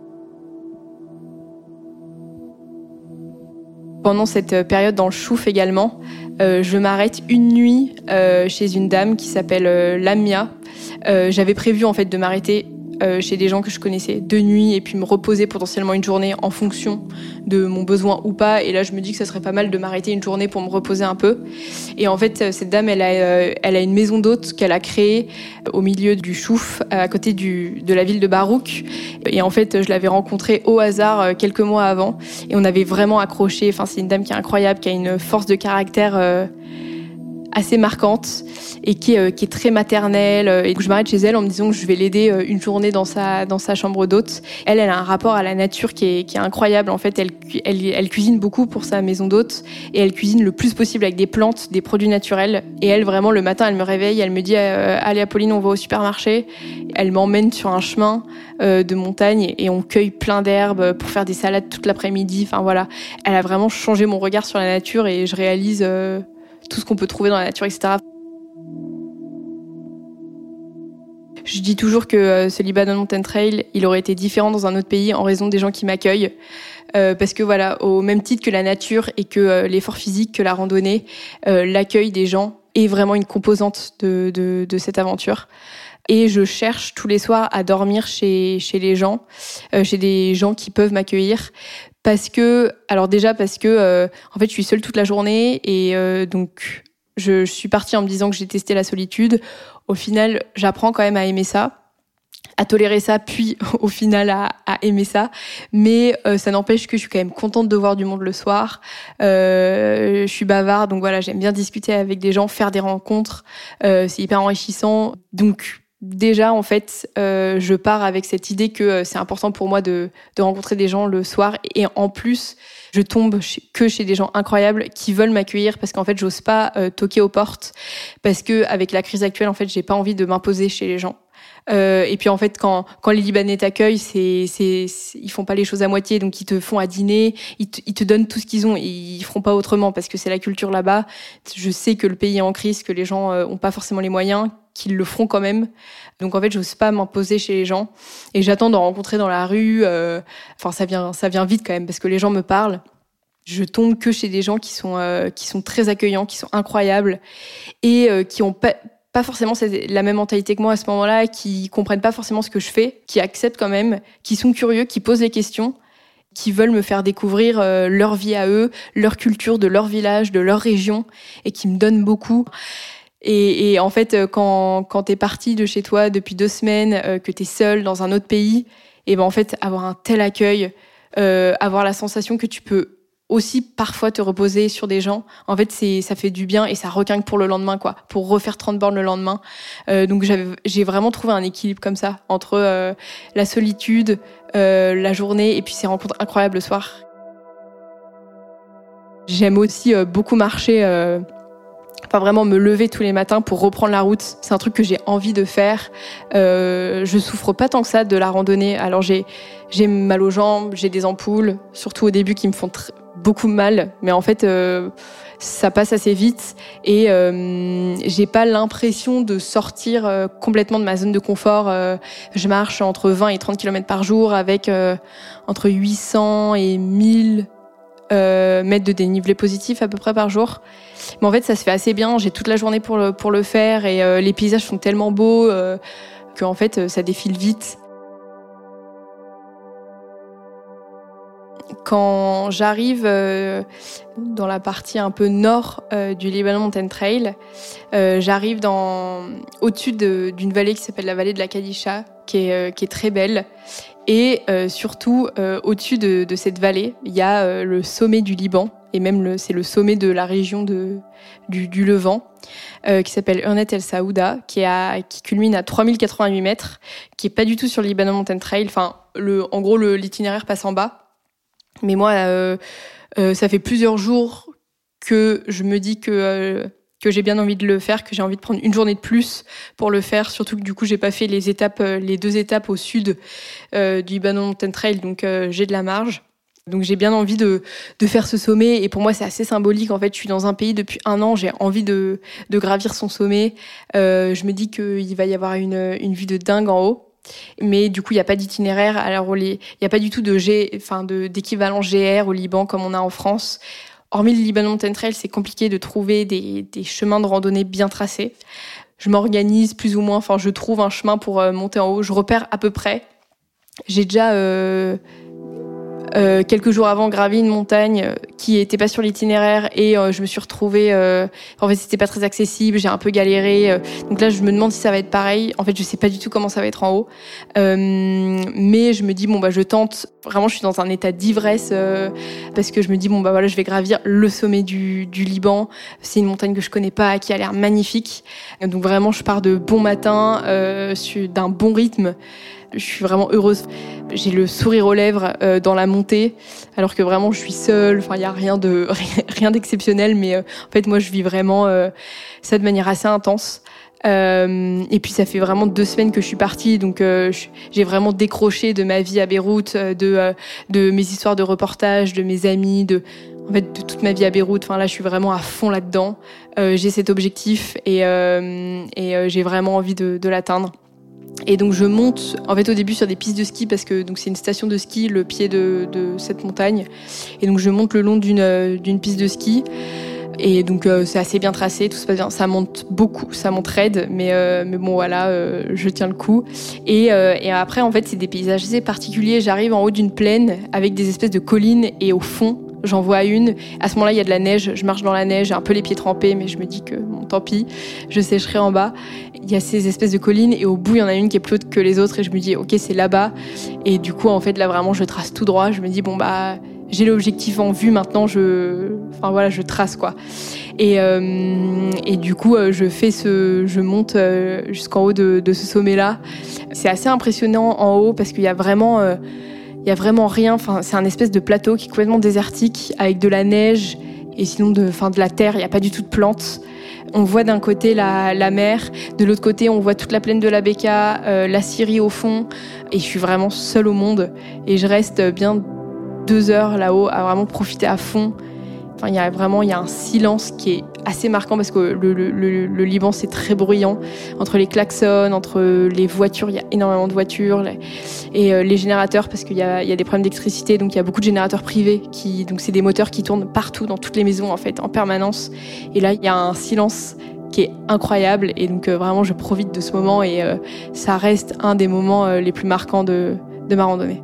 Pendant cette période dans le Chouf également, je m'arrête une nuit chez une dame qui s'appelle Lamia. J'avais prévu, en fait, de m'arrêter chez des gens que je connaissais 2 nuits et puis me reposer potentiellement une journée en fonction de mon besoin ou pas. Et là, je me dis que ça serait pas mal de m'arrêter une journée pour me reposer un peu. Et en fait, cette dame, elle a une maison d'hôtes qu'elle a créée au milieu du Chouf, à côté de la ville de Barouk. Et en fait, je l'avais rencontrée au hasard quelques mois avant. Et on avait vraiment accroché. Enfin, c'est une dame qui est incroyable, qui a une force de caractère assez marquante et qui est très maternelle. Et donc je m'arrête chez elle en me disant que je vais l'aider une journée dans sa chambre d'hôte. Elle a un rapport à la nature qui est incroyable. En fait, elle cuisine beaucoup pour sa maison d'hôte et elle cuisine le plus possible avec des plantes, des produits naturels. Et elle, vraiment, le matin, elle me réveille, elle me dit allez Apolline, on va au supermarché. Elle m'emmène sur un chemin de montagne et on cueille plein d'herbes pour faire des salades toute l'après-midi. Enfin voilà, elle a vraiment changé mon regard sur la nature et je réalise tout ce qu'on peut trouver dans la nature, etc. Je dis toujours que ce Lebanon Mountain Trail, il aurait été différent dans un autre pays en raison des gens qui m'accueillent. Parce que voilà, au même titre que la nature et que l'effort physique, que la randonnée, l'accueil des gens est vraiment une composante de cette aventure. Et je cherche tous les soirs à dormir chez les gens, chez des gens qui peuvent m'accueillir. Parce que en fait, je suis seule toute la journée et donc je suis partie en me disant que j'ai testé la solitude. Au final, j'apprends quand même à aimer ça, à tolérer ça, puis au final à aimer ça. Mais ça n'empêche que je suis quand même contente de voir du monde le soir. Je suis bavarde, donc voilà, j'aime bien discuter avec des gens, faire des rencontres. C'est hyper enrichissant. Donc déjà, en fait, je pars avec cette idée que c'est important pour moi de rencontrer des gens le soir. Et en plus, je tombe que chez des gens incroyables qui veulent m'accueillir parce qu'en fait, j'ose pas toquer aux portes parce que avec la crise actuelle, en fait, j'ai pas envie de m'imposer chez les gens. Et puis en fait, quand les Libanais t'accueillent, ils font pas les choses à moitié, donc ils te font à dîner, ils te donnent tout ce qu'ils ont, et ils feront pas autrement parce que c'est la culture là-bas. Je sais que le pays est en crise, que les gens ont pas forcément les moyens, qu'ils le feront quand même. Donc en fait, j'ose pas m'imposer chez les gens et j'attends d'en rencontrer dans la rue. Enfin, ça vient vite quand même parce que les gens me parlent. Je tombe que chez des gens qui sont très accueillants, qui sont incroyables et qui ont pas forcément la même mentalité que moi à ce moment-là, qui comprennent pas forcément ce que je fais, qui acceptent quand même, qui sont curieux, qui posent des questions, qui veulent me faire découvrir leur vie à eux, leur culture de leur village, de leur région, et qui me donnent beaucoup. Et en fait, quand t'es parti de chez toi depuis 2 semaines, que t'es seul dans un autre pays, et ben en fait, avoir un tel accueil, avoir la sensation que tu peux aussi parfois te reposer sur des gens, en fait ça fait du bien et ça requinque pour le lendemain, quoi, pour refaire 30 bornes le lendemain. Donc j'ai vraiment trouvé un équilibre comme ça entre la solitude, la journée et puis ces rencontres incroyables le soir. J'aime aussi beaucoup marcher, enfin vraiment me lever tous les matins pour reprendre la route. C'est un truc que j'ai envie de faire. Je souffre pas tant que ça de la randonnée. Alors j'ai mal aux jambes, j'ai des ampoules, surtout au début qui me font beaucoup mal, mais en fait ça passe assez vite et j'ai pas l'impression de sortir complètement de ma zone de confort. Je marche entre 20 et 30 km par jour avec entre 800 et 1000 mètres de dénivelé positif à peu près par jour. Mais en fait ça se fait assez bien, j'ai toute la journée pour le faire et les paysages sont tellement beaux qu'en fait ça défile vite. Quand j'arrive dans la partie un peu nord du Lebanon Mountain Trail, j'arrive au-dessus d'une vallée qui s'appelle la vallée de la Kadisha, qui est très belle. Et surtout, au-dessus de cette vallée, il y a le sommet du Liban, et même c'est le sommet de la région du Levant, qui s'appelle Urnet El Saouda, qui culmine à 3088 mètres, qui est pas du tout sur le Lebanon Mountain Trail. Enfin, en gros, l'itinéraire passe en bas. Mais moi, ça fait plusieurs jours que je me dis que j'ai bien envie de le faire, que j'ai envie de prendre une journée de plus pour le faire. Surtout que du coup, j'ai pas fait les 2 étapes au sud du Lebanon Mountain Trail, donc j'ai de la marge. Donc j'ai bien envie de faire ce sommet. Et pour moi, c'est assez symbolique. En fait, je suis dans un pays depuis 1 an, j'ai envie de gravir son sommet. Je me dis qu'il va y avoir une vue de dingue en haut. Mais du coup, il n'y a pas d'itinéraire. Alors, il n'y a pas du tout d'équivalent GR au Liban comme on a en France. Hormis le Lebanon Mountain Trail, c'est compliqué de trouver des chemins de randonnée bien tracés. Je m'organise plus ou moins. Enfin, je trouve un chemin pour monter en haut. Je repère à peu près. J'ai déjà quelques jours avant gravi une montagne qui était pas sur l'itinéraire et je me suis retrouvée en fait c'était pas très accessible, j'ai un peu galéré, donc là je me demande si ça va être pareil. En fait je sais pas du tout comment ça va être en haut, mais je me dis je tente. Vraiment je suis dans un état d'ivresse parce que je me dis voilà, je vais gravir le sommet du Liban. C'est une montagne que je connais pas, qui a l'air magnifique, donc vraiment je pars de bon matin, d'un bon rythme. Je suis vraiment heureuse. J'ai le sourire aux lèvres dans la montée, alors que vraiment je suis seule. Enfin, il y a rien d'exceptionnel, mais en fait moi je vis vraiment ça de manière assez intense. Et puis ça fait vraiment 2 semaines que je suis partie, donc j'ai vraiment décroché de ma vie à Beyrouth, de mes histoires de reportage, de mes amis, de toute ma vie à Beyrouth. Enfin là, je suis vraiment à fond là-dedans. J'ai cet objectif et j'ai vraiment envie de l'atteindre. Et donc je monte en fait au début sur des pistes de ski parce que donc c'est une station de ski, le pied de cette montagne. Et donc je monte le long d'une piste de ski. Et donc c'est assez bien tracé, tout se passe bien. Ça monte beaucoup, ça monte raide, mais bon voilà, je tiens le coup. Et après en fait c'est des paysages assez particuliers. J'arrive en haut d'une plaine avec des espèces de collines et au fond j'en vois une. À ce moment-là il y a de la neige, je marche dans la neige, j'ai un peu les pieds trempés, mais je me dis que tant pis, je sécherai en bas. Il y a ces espèces de collines et au bout il y en a une qui est plus haute que les autres et je me dis ok c'est là-bas. Et du coup en fait là vraiment je trace tout droit. Je me dis j'ai l'objectif en vue, maintenant je trace quoi. Et du coup, je monte jusqu'en haut de ce sommet-là. C'est assez impressionnant en haut parce qu'il y a vraiment rien. Enfin, c'est un espèce de plateau qui est complètement désertique avec de la neige et sinon de la terre. Il n'y a pas du tout de plantes. On voit d'un côté la mer, de l'autre côté on voit toute la plaine de la Bekaa, la Syrie au fond, et je suis vraiment seule au monde et je reste bien 2 heures là-haut à vraiment profiter à fond. Enfin, il y a un silence qui est assez marquant parce que le Liban c'est très bruyant, entre les klaxons, entre les voitures, il y a énormément de voitures et les générateurs parce qu'il y a des problèmes d'électricité, donc il y a beaucoup de générateurs privés donc c'est des moteurs qui tournent partout dans toutes les maisons en fait en permanence. Et là il y a un silence qui est incroyable et donc vraiment je profite de ce moment et ça reste un des moments les plus marquants de ma randonnée.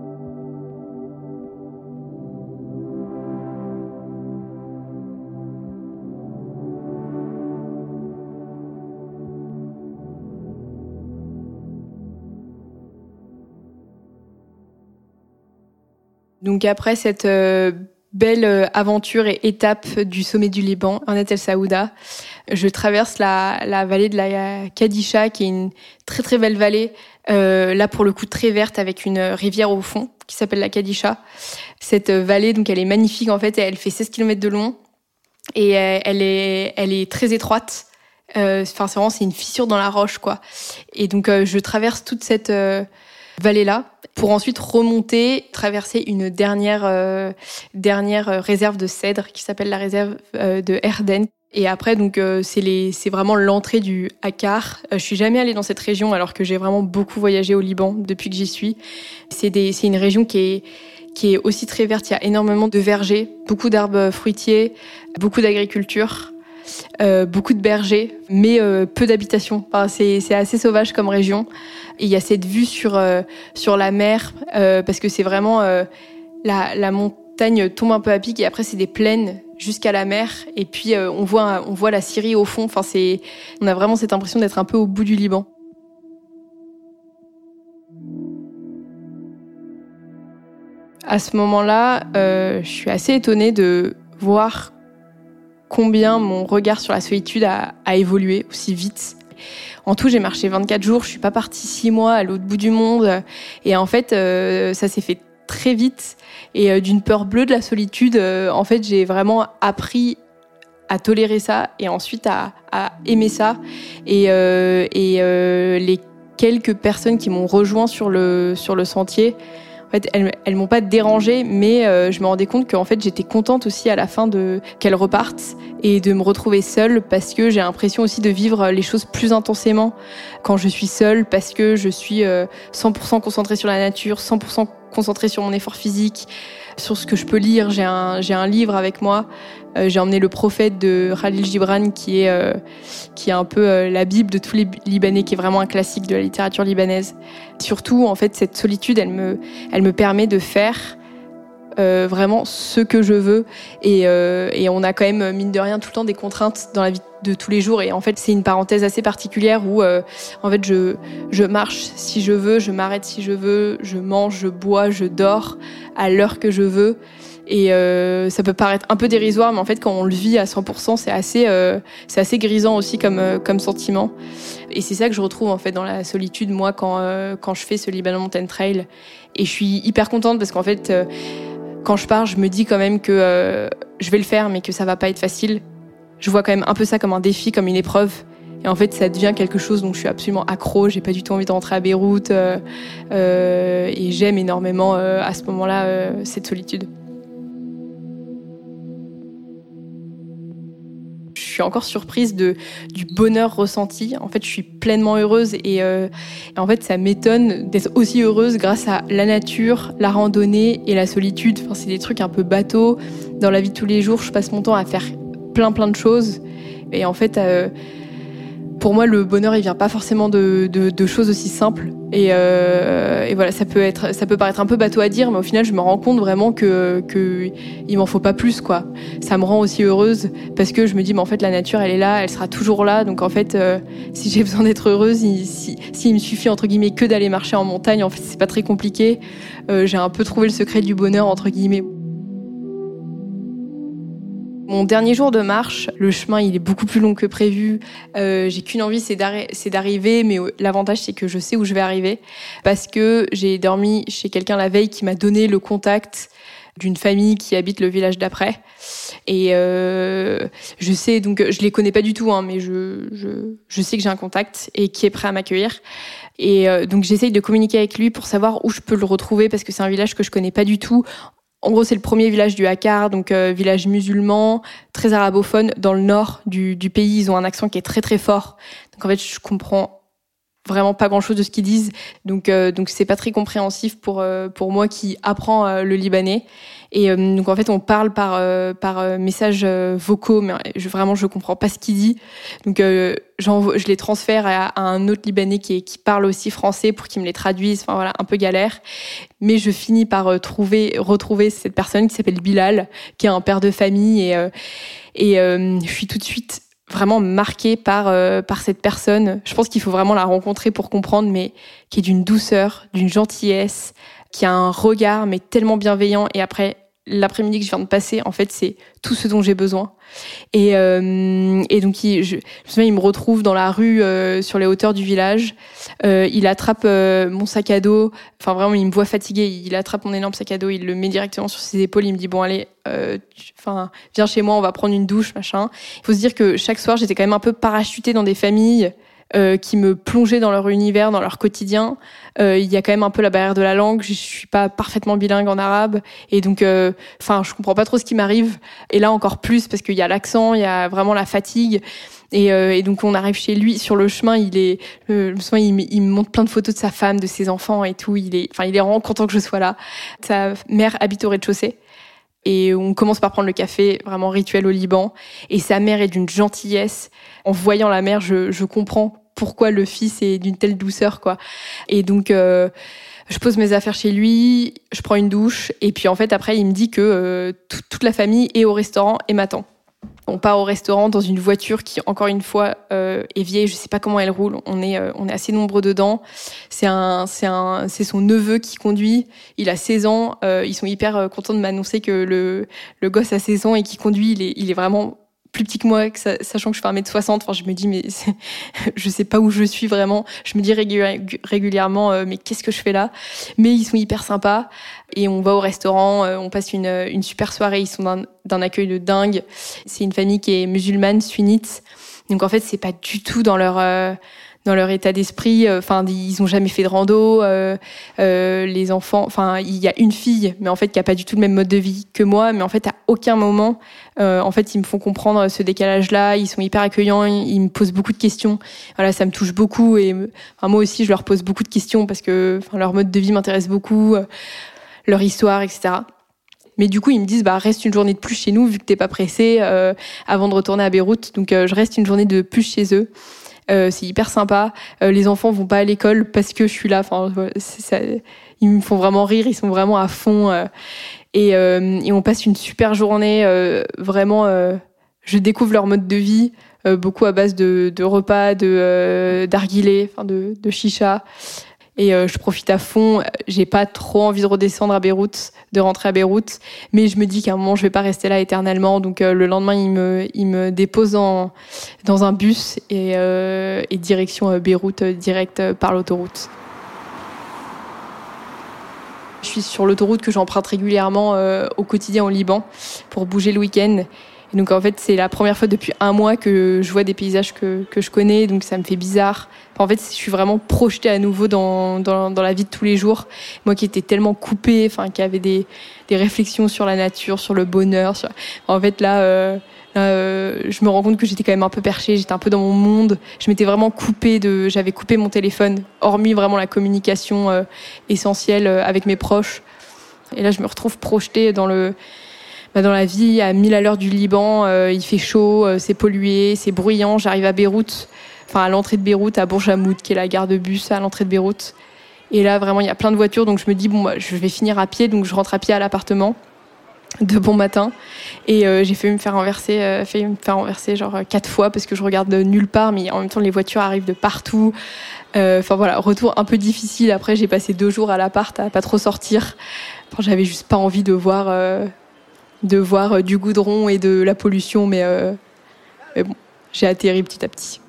Donc après cette belle aventure et étape du sommet du Liban, en El Saouda, je traverse la vallée de la Kadisha, qui est une très très belle vallée, là pour le coup très verte avec une rivière au fond qui s'appelle la Kadisha. Cette vallée, donc elle est magnifique en fait, elle fait 16 km de long et elle est très étroite. C'est une fissure dans la roche quoi. Et donc je traverse toute cette vallée-là pour ensuite remonter, traverser une dernière réserve de cèdres qui s'appelle la réserve de Erden. Et après, donc, c'est vraiment l'entrée du Akkar. Je suis jamais allée dans cette région alors que j'ai vraiment beaucoup voyagé au Liban depuis que j'y suis. C'est une région qui est aussi très verte. Il y a énormément de vergers, beaucoup d'arbres fruitiers, beaucoup d'agriculture. Beaucoup de bergers, mais peu d'habitations. Enfin, c'est assez sauvage comme région. Et il y a cette vue sur la mer, parce que c'est vraiment la montagne tombe un peu à pic et après c'est des plaines jusqu'à la mer. Et puis on voit la Syrie au fond. Enfin, on a vraiment cette impression d'être un peu au bout du Liban. À ce moment-là, je suis assez étonnée de voir combien mon regard sur la solitude a évolué aussi vite. En tout, j'ai marché 24 jours, je suis pas partie 6 mois à l'autre bout du monde. Et en fait, ça s'est fait très vite. Et d'une peur bleue de la solitude, en fait, j'ai vraiment appris à tolérer ça et ensuite à aimer ça. Et les quelques personnes qui m'ont rejoint sur le sentier, en fait, elles m'ont pas dérangée, mais je me rendais compte qu'en fait, j'étais contente aussi à la fin qu'elles repartent et de me retrouver seule parce que j'ai l'impression aussi de vivre les choses plus intensément quand je suis seule parce que je suis 100% concentrée sur la nature, 100% concentrée sur mon effort physique, sur ce que je peux lire. J'ai un livre avec moi. J'ai emmené Le Prophète de Khalil Gibran qui est un peu la Bible de tous les Libanais, qui est vraiment un classique de la littérature libanaise. Surtout, en fait, cette solitude, elle me permet de faire vraiment ce que je veux. Et on a quand même, mine de rien, tout le temps des contraintes dans la vie de tous les jours. Et en fait, c'est une parenthèse assez particulière où, en fait, je marche si je veux, je m'arrête si je veux, je mange, je bois, je dors à l'heure que je veux. Et ça peut paraître un peu dérisoire, mais en fait, quand on le vit à 100%, c'est assez grisant aussi comme sentiment. Et c'est ça que je retrouve en fait dans la solitude, moi, quand je fais ce Lebanon Mountain Trail. Et je suis hyper contente parce qu'en fait, quand je pars, je me dis quand même que je vais le faire, mais que ça va pas être facile. Je vois quand même un peu ça comme un défi, comme une épreuve. Et en fait, ça devient quelque chose dont je suis absolument accro. J'ai pas du tout envie de rentrer à Beyrouth. Et j'aime énormément à ce moment-là cette solitude. Je suis encore surprise du bonheur ressenti. En fait, je suis pleinement heureuse et en fait, ça m'étonne d'être aussi heureuse grâce à la nature, la randonnée et la solitude. Enfin, c'est des trucs un peu bateaux. Dans la vie de tous les jours, je passe mon temps à faire plein de choses. Et en fait, pour moi, le bonheur, il vient pas forcément de choses aussi simples. Et voilà, ça peut paraître un peu bateau à dire, mais au final, je me rends compte vraiment que il m'en faut pas plus, quoi. Ça me rend aussi heureuse parce que je me dis, mais en fait, la nature, elle est là, elle sera toujours là. Donc en fait, si j'ai besoin d'être heureuse, s'il me suffit entre guillemets que d'aller marcher en montagne, en fait, c'est pas très compliqué. J'ai un peu trouvé le secret du bonheur entre guillemets. Mon dernier jour de marche, le chemin il est beaucoup plus long que prévu. J'ai qu'une envie, c'est d'arriver, mais l'avantage c'est que je sais où je vais arriver parce que j'ai dormi chez quelqu'un la veille qui m'a donné le contact d'une famille qui habite le village d'après. Et je sais, donc je les connais pas du tout, hein, mais je sais que j'ai un contact et qui est prêt à m'accueillir. Et donc j'essaye de communiquer avec lui pour savoir où je peux le retrouver parce que c'est un village que je connais pas du tout. En gros, c'est le premier village du Hakar, donc village musulman, très arabophone, dans le nord du pays. Ils ont un accent qui est très très fort. Donc en fait, je comprends vraiment pas grand-chose de ce qu'ils disent. Donc c'est pas très compréhensif pour moi qui apprends le libanais. Et donc en fait, on parle par messages vocaux, mais je comprends pas ce qu'il dit. Donc je les transfère à un autre Libanais qui parle aussi français pour qu'il me les traduise. Enfin voilà, un peu galère. Mais je finis par retrouver cette personne qui s'appelle Bilal, qui est un père de famille. Et je suis tout de suite vraiment marquée par cette personne. Je pense qu'il faut vraiment la rencontrer pour comprendre, mais qui est d'une douceur, d'une gentillesse, qui a un regard mais tellement bienveillant. Et après, l'après-midi que je viens de passer, en fait, c'est tout ce dont j'ai besoin. Et donc, je me souviens, il me retrouve dans la rue, sur les hauteurs du village. Il attrape mon sac à dos. Enfin, vraiment, il me voit fatiguée. Il attrape mon énorme sac à dos. Il le met directement sur ses épaules. Il me dit, bon, allez, viens chez moi, on va prendre une douche, machin. Il faut se dire que chaque soir, j'étais quand même un peu parachutée dans des familles qui me plongeaient dans leur univers, dans leur quotidien. Il y a quand même un peu la barrière de la langue. Je suis pas parfaitement bilingue en arabe. Et donc, je comprends pas trop ce qui m'arrive. Et là, encore plus, parce qu'il y a l'accent, il y a vraiment la fatigue. Et donc, on arrive chez lui. Sur le chemin, il me montre plein de photos de sa femme, de ses enfants et tout. Il est vraiment content que je sois là. Sa mère habite au rez-de-chaussée. Et on commence par prendre le café, vraiment rituel au Liban. Et sa mère est d'une gentillesse. En voyant la mère, je comprends pourquoi le fils est d'une telle douceur, quoi. Et donc, je pose mes affaires chez lui, je prends une douche. Et puis, en fait, après, il me dit que toute la famille est au restaurant et m'attend. On part au restaurant dans une voiture qui, encore une fois, est vieille. Je sais pas comment elle roule. On est assez nombreux dedans. C'est son neveu qui conduit. Il a 16 ans. Ils sont hyper contents de m'annoncer que le gosse a 16 ans et qui conduit. Il est vraiment plus petit que moi, sachant que je fais 1m60. Enfin, je me dis, mais je sais pas où je suis vraiment. Je me dis régulièrement, mais qu'est-ce que je fais là? Mais ils sont hyper sympas. Et on va au restaurant, on passe une super soirée. Ils sont d'un accueil de dingue. C'est une famille qui est musulmane, sunnite. Donc en fait, c'est pas du tout dans leur état d'esprit. Enfin, ils ont jamais fait de rando. Les enfants, enfin, il y a une fille, mais en fait, qui a pas du tout le même mode de vie que moi. Mais en fait, à aucun moment, en fait, ils me font comprendre ce décalage-là. Ils sont hyper accueillants. Ils me posent beaucoup de questions. Voilà, ça me touche beaucoup. Et moi aussi, je leur pose beaucoup de questions parce que leur mode de vie m'intéresse beaucoup, leur histoire, etc. Mais du coup, ils me disent, reste une journée de plus chez nous, vu que t'es pas pressé, avant de retourner à Beyrouth. Donc, je reste une journée de plus chez eux. C'est hyper sympa. Les enfants vont pas à l'école parce que je suis là. Enfin, ils me font vraiment rire. Ils sont vraiment à fond. Et on passe une super journée. Vraiment, je découvre leur mode de vie, beaucoup à base de repas, d'argilés, enfin de chicha. Et je profite à fond. J'ai pas trop envie de redescendre à Beyrouth, de rentrer à Beyrouth, mais je me dis qu'à un moment je vais pas rester là éternellement. Donc le lendemain il me dépose dans un bus et direction Beyrouth direct par l'autoroute. Je suis sur l'autoroute que j'emprunte régulièrement au quotidien au Liban pour bouger le week-end. Et donc en fait c'est la première fois depuis 1 mois que je vois des paysages que je connais, donc ça me fait bizarre. Enfin, en fait je suis vraiment projetée à nouveau dans la vie de tous les jours. Moi qui étais tellement coupée, enfin qui avait des réflexions sur la nature, sur le bonheur. En fait là, je me rends compte que j'étais quand même un peu perchée, j'étais un peu dans mon monde. Je m'étais vraiment j'avais coupé mon téléphone, hormis vraiment la communication essentielle avec mes proches. Et là je me retrouve projetée dans la vie à 1000 à l'heure du Liban. Il fait chaud, c'est pollué, c'est bruyant. J'arrive à Beyrouth, enfin à l'entrée de Beyrouth, à Bourjamoud, qui est la gare de bus à l'entrée de Beyrouth. Et là, vraiment, il y a plein de voitures, donc je me dis, je vais finir à pied, donc je rentre à pied à l'appartement de bon matin. Et j'ai failli me faire renverser genre 4 fois, parce que je regarde de nulle part, mais en même temps, les voitures arrivent de partout. Enfin voilà, retour un peu difficile. Après, j'ai passé 2 jours à l'appart à pas trop sortir. Enfin, j'avais juste pas envie de voir de voir du goudron et de la pollution, mais bon, j'ai atterri petit à petit.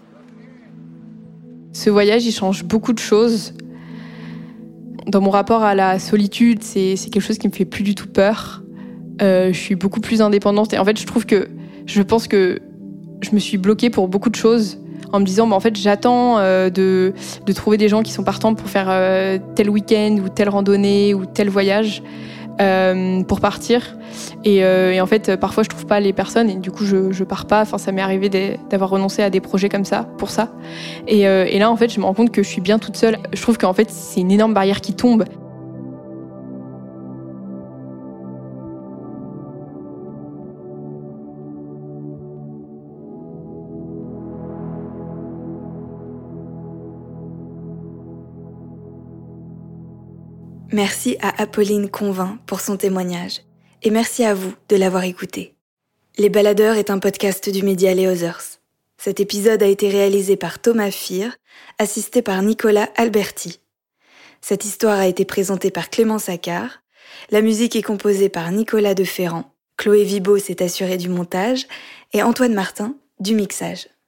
Ce voyage, il change beaucoup de choses. Dans mon rapport à la solitude, c'est quelque chose qui me fait plus du tout peur. Je suis beaucoup plus indépendante. Et en fait, je pense que je me suis bloquée pour beaucoup de choses en me disant, en fait, j'attends de trouver des gens qui sont partants pour faire tel week-end ou telle randonnée ou tel voyage pour partir. Et en fait, parfois, je trouve pas les personnes et du coup, je pars pas. Enfin, ça m'est arrivé d'avoir renoncé à des projets comme ça, pour ça. Et là, en fait, je me rends compte que je suis bien toute seule. Je trouve qu'en fait, c'est une énorme barrière qui tombe. Merci à Apolline Convain pour son témoignage. Et merci à vous de l'avoir écouté. Les Baladeurs est un podcast du média Les Others. Cet épisode a été réalisé par Thomas Fir, assisté par Nicolas Alberti. Cette histoire a été présentée par Clément Saccard. La musique est composée par Nicolas Deferrand. Chloé Vibo s'est assurée du montage et Antoine Martin du mixage.